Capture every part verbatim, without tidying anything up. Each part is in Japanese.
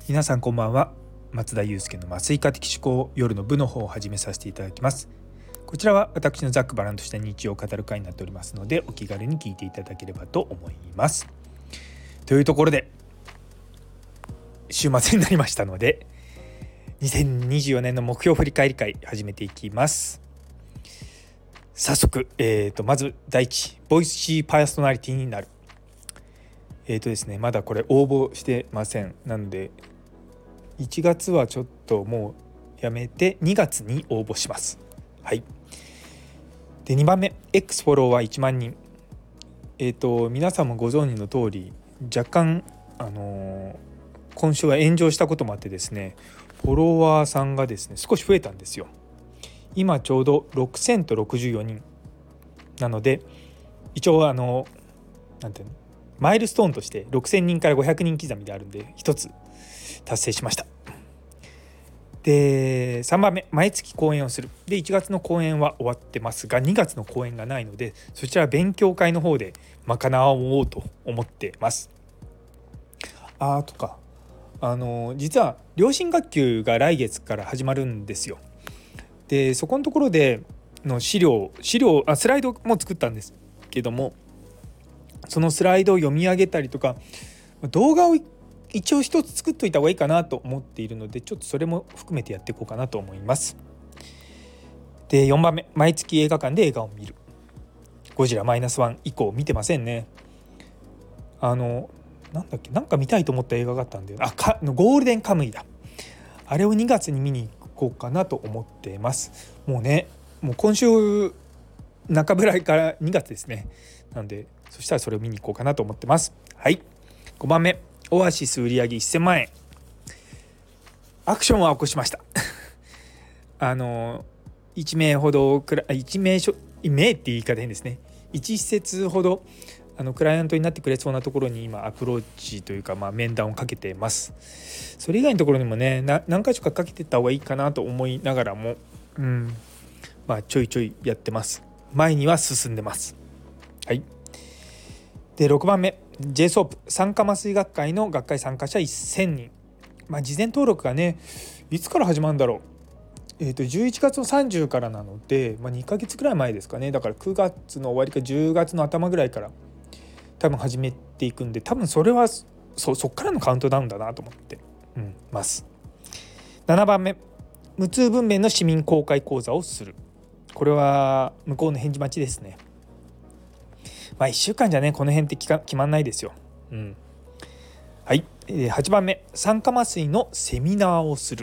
皆さんこんばんは。松田祐介の麻酔科的思考夜の部の方を始めさせていただきます。こちらは私のざっくばらんとした日常を語る会になっておりますので、お気軽に聞いていただければと思います。というところで週末になりましたので、にせんにじゅうよねんの目標振り返り会始めていきます。早速、えー、とまず第一、ボイシーパーソナリティになる。えーとですね、まだこれ応募してません。なのでいちがつはちょっともうやめてにがつに応募します。はい。でにばんめ、 X フォロワーいちまんにん。えーと皆さんもご存知の通り、若干あのー、今週は炎上したこともあってですね、フォロワーさんがですね少し増えたんですよ。今ちょうどろくせんろくじゅうよにんなので、一応あのなんていうのマイルストーンとしてろくせんにんからごひゃくにん刻みであるんで、一つ達成しました。でさんばんめ、毎月講演をする。でいちがつの講演は終わってますが、にがつの講演がないので、そちらは勉強会の方で賄おうと思ってます。あーとかあの実は良心学級が来月から始まるんですよ。でそこのところでの資料資料あスライドも作ったんですけども、そのスライドを読み上げたりとか、動画を一応一つ作っといた方がいいかなと思っているので、ちょっとそれも含めてやっていこうかなと思います。でよんばんめ、毎月映画館で映画を見る。ゴジラマイナスワン以降見てませんね。あのなんだっけなんか見たいと思った映画があったんで、あかゴールデンカムイだ。あれをにがつに見に行こうかなと思っています。もうねもう今週中ぐらいからにがつですね。なのでそしたらそれを見に行こうかなと思ってます。はい。ごばんめ、オアシス売上せんまんえん。アクションは起こしましたあのいち名ほどいち名名って言い方変ですね。いち施設ほどあのクライアントになってくれそうなところに今アプローチというか、まあ、面談をかけてます。それ以外のところにもねな何回かかけていった方がいいかなと思いながらも、うんまあ、ちょいちょいやってます。前には進んでます。はい。でろくばんめ、 ジェイソープ 酸化麻酔学会の学会参加者せんにん。まあ、事前登録がねいつから始まるんだろう。えー、とじゅういちがつのさんじゅうからなので、まあ、にかげつくらい前ですかね。だからくがつの終わりかじゅうがつの頭ぐらいから多分始めていくんで、多分それは そ, そっからのカウントダウンだなと思って、うん、ます。ななばんめ、無痛分娩の市民公開講座をする。これは向こうの返事待ちですね。まあいっしゅうかんじゃねこの辺って決まんないですよ。うん、はい。はちばんめ、酸化麻酔のセミナーをする。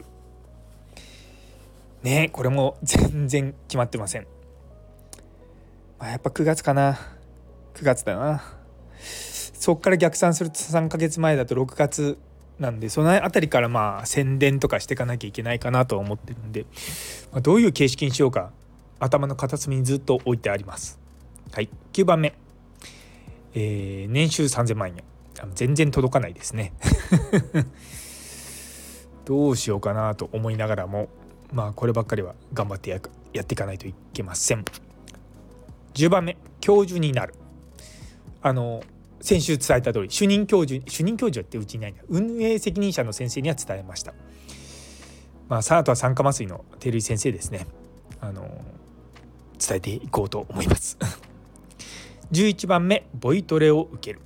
ねこれも全然決まってません。まあ、やっぱくがつかな。くがつだな。そこから逆算するとさんかげつまえだとろくがつなんで、そのあたりからまあ宣伝とかしていかなきゃいけないかなと思ってるんで、まあ、どういう形式にしようか頭の片隅にずっと置いてあります。はい。きゅうばんめ、えー、年収さんぜんまんえん。全然届かないですねどうしようかなと思いながらも、まあこればっかりは頑張って や, やっていかないといけません。じゅうばんめ、教授になる。あの先週伝えた通り主任教授主任教授ってうちにいないんだ。運営責任者の先生には伝えました。まああとは酸化麻酔の照井先生ですね。あの伝えていこうと思いますじゅういちばんめ、ボイトレを受ける。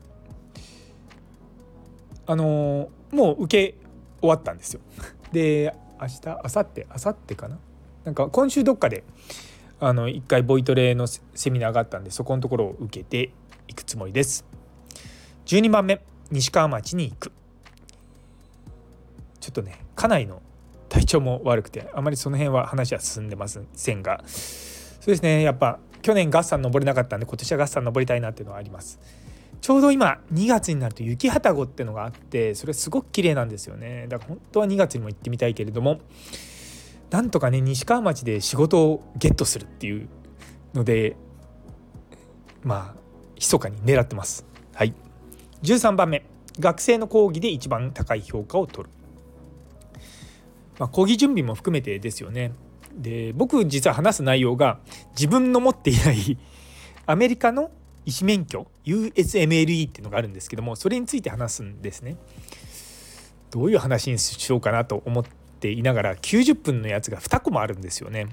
あのもう受け終わったんですよ。で明日明後日明後日かな、なんか今週どっかであのいっかいボイトレのセミナーがあったんで、そこのところを受けていくつもりです。じゅうにばんめ、西川町に行く。ちょっとね家内の体調も悪くてあまりその辺は話は進んでませんが、そうですね、やっぱ去年ガッサン登れなかったんで今年はガッサン登りたいなっていうのはあります。ちょうど今にがつになると雪旅籠ってのがあって、それすごく綺麗なんですよね。だから本当はにがつにも行ってみたいけれども、なんとかね西川町で仕事をゲットするっていうので、まあ密かに狙ってます。はい。じゅうさんばんめ、学生の講義で一番高い評価を取る。まあ、講義準備も含めてですよね。で僕実は話す内容が自分の持っていないアメリカの医師免許 ユーエスエムエルイー っていうのがあるんですけども、それについて話すんですね。 どういう話にしようかなと思っていながらきゅうじゅっぷんのやつがにこもあるんですよね。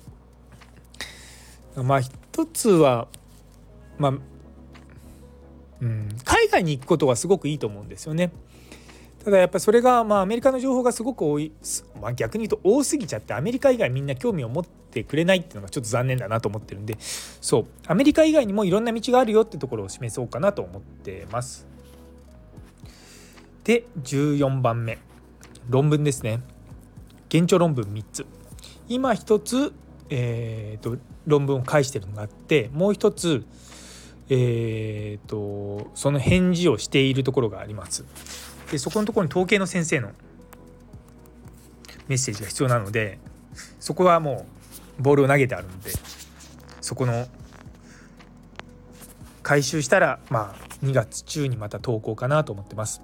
まあ一つはまあ、うん、海外に行くことはすごくいいと思うんですよね。ただやっぱりそれがまあアメリカの情報がすごく多い、まあ、逆に言うと多すぎちゃってアメリカ以外みんな興味を持ってくれないっていうのがちょっと残念だなと思ってるんで、そうアメリカ以外にもいろんな道があるよってところを示そうかなと思ってます。でじゅうよんばんめ、論文ですね。現状論文みっつ、今ひとつ、えー、と論文を返してるのがあって、もう一つ、えー、とその返事をしているところがあります。でそこのところに統計の先生のメッセージが必要なので、そこはもうボールを投げてあるので、そこの回収したらまあにがつ中にまた投稿かなと思ってます。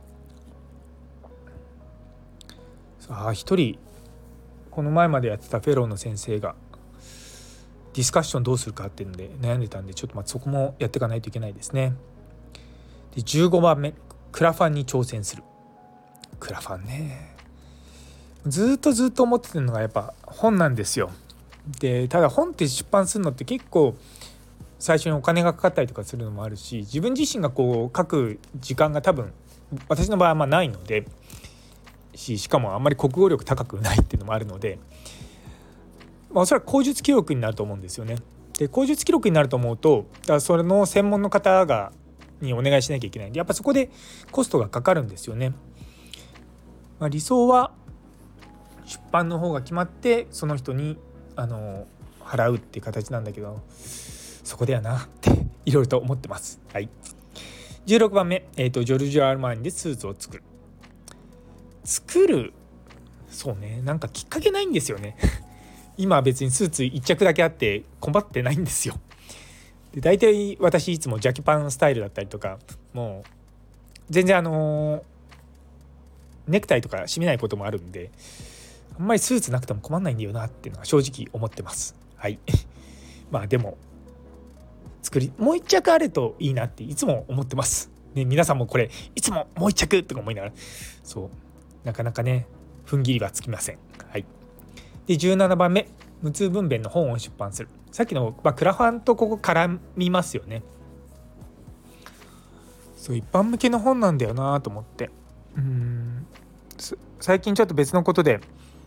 さあ一人この前までやってたフェローの先生がディスカッションどうするかっていうので悩んでたんで、ちょっとまあそこもやっていかないといけないですね。でじゅうごばんめ、クラファンに挑戦する。クラファンね、ずっとずっと思ってるのがやっぱ本なんですよ。でただ本って出版するのって結構最初にお金がかかったりとかするのもあるし、自分自身がこう書く時間が多分私の場合はまあないのでし、しかもあんまり国語力高くないっていうのもあるので、まあ、おそらく口述記録になると思うんですよね。で口述記録になると思うと、だからそれの専門の方がにお願いしなきゃいけないんで、やっぱそこでコストがかかるんですよね。まあ、理想は出版の方が決まってその人にあの払うっていう形なんだけど、そこでやなっていろいろと思ってます。はい、じゅうろくばんめ、えーと、ジョルジオ・アルマーニでスーツを作る。作るそうね、なんかきっかけないんですよね今は別にスーツいっ着だけあって困ってないんですよ。で大体私いつもジャケパンスタイルだったりとか、もう全然あのネクタイとか締めないこともあるんで、あんまりスーツなくても困んないんだよなっていうのが正直思ってます。はいまあでも作りもう一着あるといいなっていつも思ってます、ね、皆さんもこれいつももう一着とか思いながら、そうなかなかね踏ん切りはつきません。はい、でじゅうななばんめ、無痛分娩の本を出版する。さっきの、まあ、クラファンとここ絡みますよね。そう一般向けの本なんだよなと思って、うーん最近ちょっと別のことで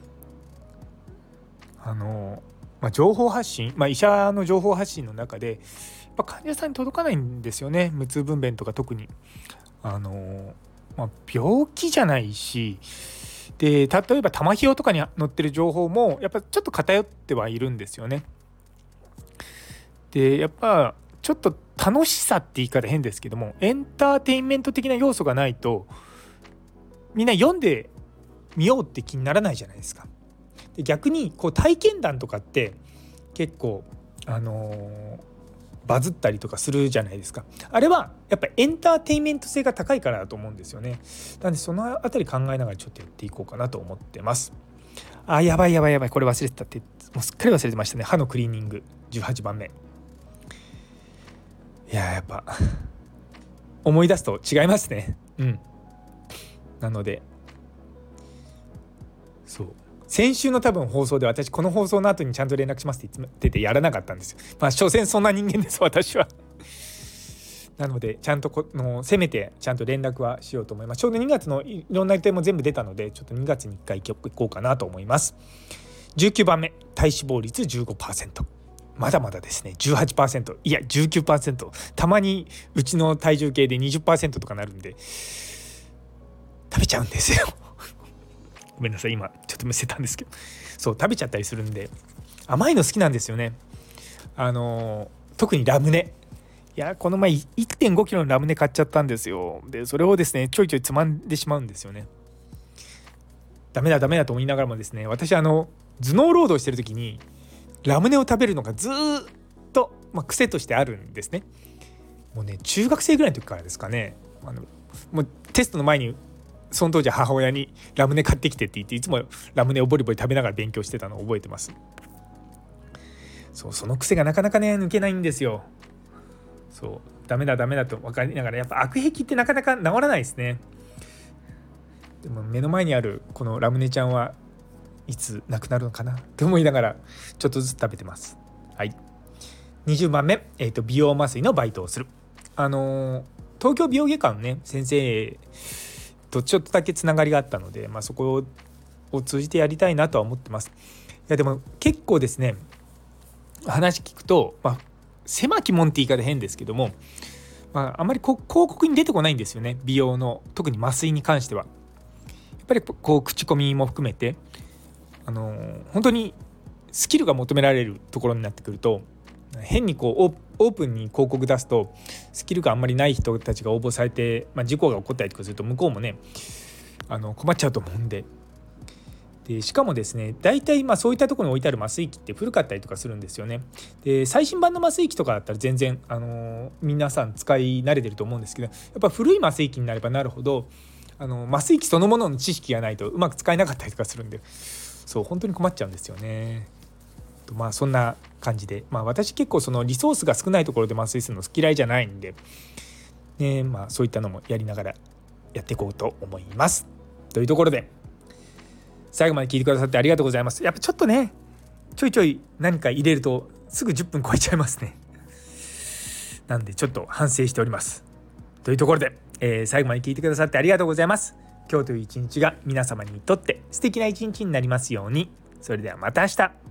あの、まあ、情報発信、まあ、医者の情報発信の中でやっぱ患者さんに届かないんですよね。無痛分娩とか特にあの、まあ、病気じゃないし、で例えば玉ひよとかに載ってる情報もやっぱちょっと偏ってはいるんですよね。でやっぱちょっと楽しさって言い方変ですけども、エンターテインメント的な要素がないとみんな読んでみようって気にならないじゃないですか。で逆にこう体験談とかって結構あのー、バズったりとかするじゃないですか。あれはやっぱエンターテインメント性が高いからだと思うんですよね。なのでそのあたり考えながらちょっとやっていこうかなと思ってます。あやばいやばいやばい、これ忘れてたって、もうすっかり忘れてましたね。歯のクリーニングじゅうはちばんめ。いややっぱ思い出すと違いますね。うんなのでそう先週の多分放送で私この放送の後にちゃんと連絡しますって言っててやらなかったんですよ。まあ所詮そんな人間です私はなのでちゃんとこのせめてちゃんと連絡はしようと思います。ちょうどにがつのいろんな予定も全部出たので、ちょっとにがつにいっかい行こうかなと思います。じゅうきゅうばんめ、体脂肪率 じゅうごパーセント。まだまだですね。 じゅうはちパーセント、 いや じゅうきゅうパーセント、 たまにうちの体重計で にじゅっパーセント とかなるんで食べちゃうんですよごめんなさい、今ちょっとむせたんですけど、そう食べちゃったりするんで、甘いの好きなんですよね。あの特にラムネ、いやこの前 いってんごキロのラムネ買っちゃったんですよ。でそれをですねちょいちょいつまんでしまうんですよね。ダメだダメだと思いながらもですね、私あの頭脳労働してる時にラムネを食べるのがずっと、まあ、癖としてあるんですね。もうね中学生ぐらいの時からですかね。あのもうテストの前にその当時母親にラムネ買ってきてって言って、いつもラムネをボリボリ食べながら勉強してたのを覚えてます。そうその癖がなかなかね抜けないんですよ。そうダメだダメだと分かりながら、やっぱ悪癖ってなかなか治らないですね。 でも目の前にあるこのラムネちゃんはいつなくなるのかなって思いながらちょっとずつ食べてます。はい。にじゅうばんめ、えーと、美容麻酔のバイトをする。あのー、東京美容外科のね先生とちょっとだけつながりがあったので、まあ、そこを通じてやりたいなとは思ってます。いやでも結構ですね、話聞くと、まあ、狭き門って言い方変ですけども、まあ、あまりこ広告に出てこないんですよね、美容の特に麻酔に関しては。やっぱりこう口コミも含めて、あのー、本当にスキルが求められるところになってくると、変にこうオープンに広告出すとスキルがあんまりない人たちが応募されて、まあ、事故が起こったりとかすると向こうもねあの困っちゃうと思うんで、でしかもですね、大体まあそういったところに置いてある麻酔機って古かったりとかするんですよね。で最新版の麻酔機とかだったら全然、あのー、皆さん使い慣れてると思うんですけど、やっぱ古い麻酔機になればなるほど、あの麻酔機そのものの知識がないとうまく使えなかったりとかするんで、そう本当に困っちゃうんですよね。まあそんな感じで、まあ、私結構そのリソースが少ないところで麻酔するの嫌いじゃないんで、ね、まあそういったのもやりながらやっていこうと思います。というところで最後まで聞いてくださってありがとうございます。やっぱちょっとねちょいちょい何か入れるとすぐじゅっぷん超えちゃいますね。なんでちょっと反省しております。というところで、えー、最後まで聞いてくださってありがとうございます。今日という一日が皆様にとって素敵な一日になりますように。それではまた明日。